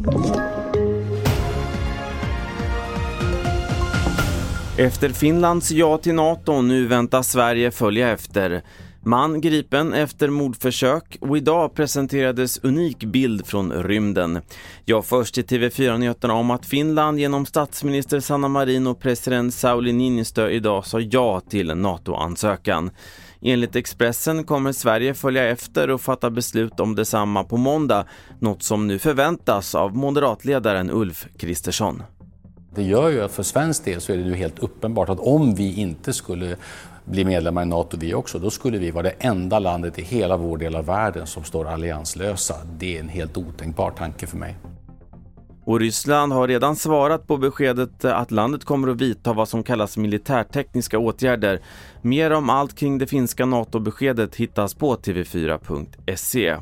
Efter Finlands ja till NATO nu väntar Sverige följa efter. Man gripen efter mordförsök och idag presenterades unik bild från rymden. Jag först i TV4-nyheterna om att Finland genom statsminister Sanna Marin och president Sauli Niinistö idag sa ja till NATO-ansökan. Enligt Expressen kommer Sverige följa efter och fatta beslut om detsamma på måndag, något som nu förväntas av moderatledaren Ulf Kristersson. Det gör ju att för svensk del så är det ju helt uppenbart att om vi inte skulle bli medlemmar i NATO vi också, då skulle vi vara det enda landet i hela vår del av världen som står allianslösa. Det är en helt otänkbar tanke för mig. Och Ryssland har redan svarat på beskedet att landet kommer att vidta vad som kallas militärtekniska åtgärder. Mer om allt kring det finska NATO-beskedet hittas på tv4.se.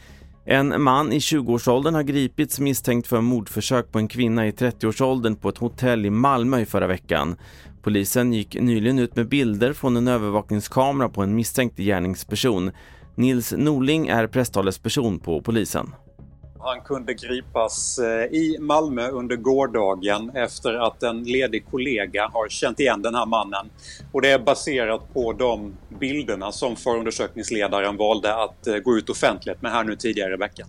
En man i 20-årsåldern har gripits misstänkt för mordförsök på en kvinna i 30-årsåldern på ett hotell i Malmö i förra veckan. Polisen gick nyligen ut med bilder från en övervakningskamera på en misstänkt gärningsperson. Nils Norling är presstalesperson på polisen. Han kunde gripas i Malmö under gårdagen efter att en ledig kollega har känt igen den här mannen. Och det är baserat på de bilderna som förundersökningsledaren valde att gå ut offentligt med här nu tidigare i veckan.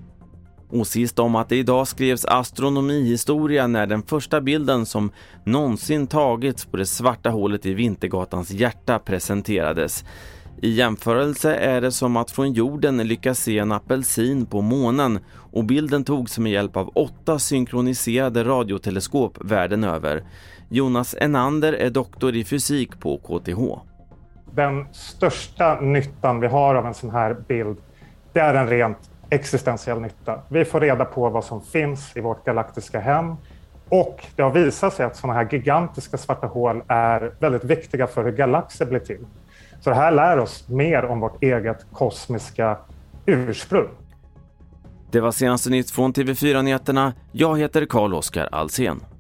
Och sist om att det idag skrevs astronomihistoria när den första bilden som någonsin tagits på det svarta hålet i Vintergatans hjärta presenterades. I jämförelse är det som att från jorden lyckas se en apelsin på månen och bilden togs med hjälp av 8 synkroniserade radioteleskop världen över. Jonas Enander är doktor i fysik på KTH. Den största nyttan vi har av en sån här bild, det är en rent existentiell nytta. Vi får reda på vad som finns i vårt galaktiska hem och det har visat sig att såna här gigantiska svarta hål är väldigt viktiga för hur galaxer blir till. Så det här lär oss mer om vårt eget kosmiska ursprung. Det var senaste nytt från TV4-nyheterna. Jag heter Carl-Oskar Alsen.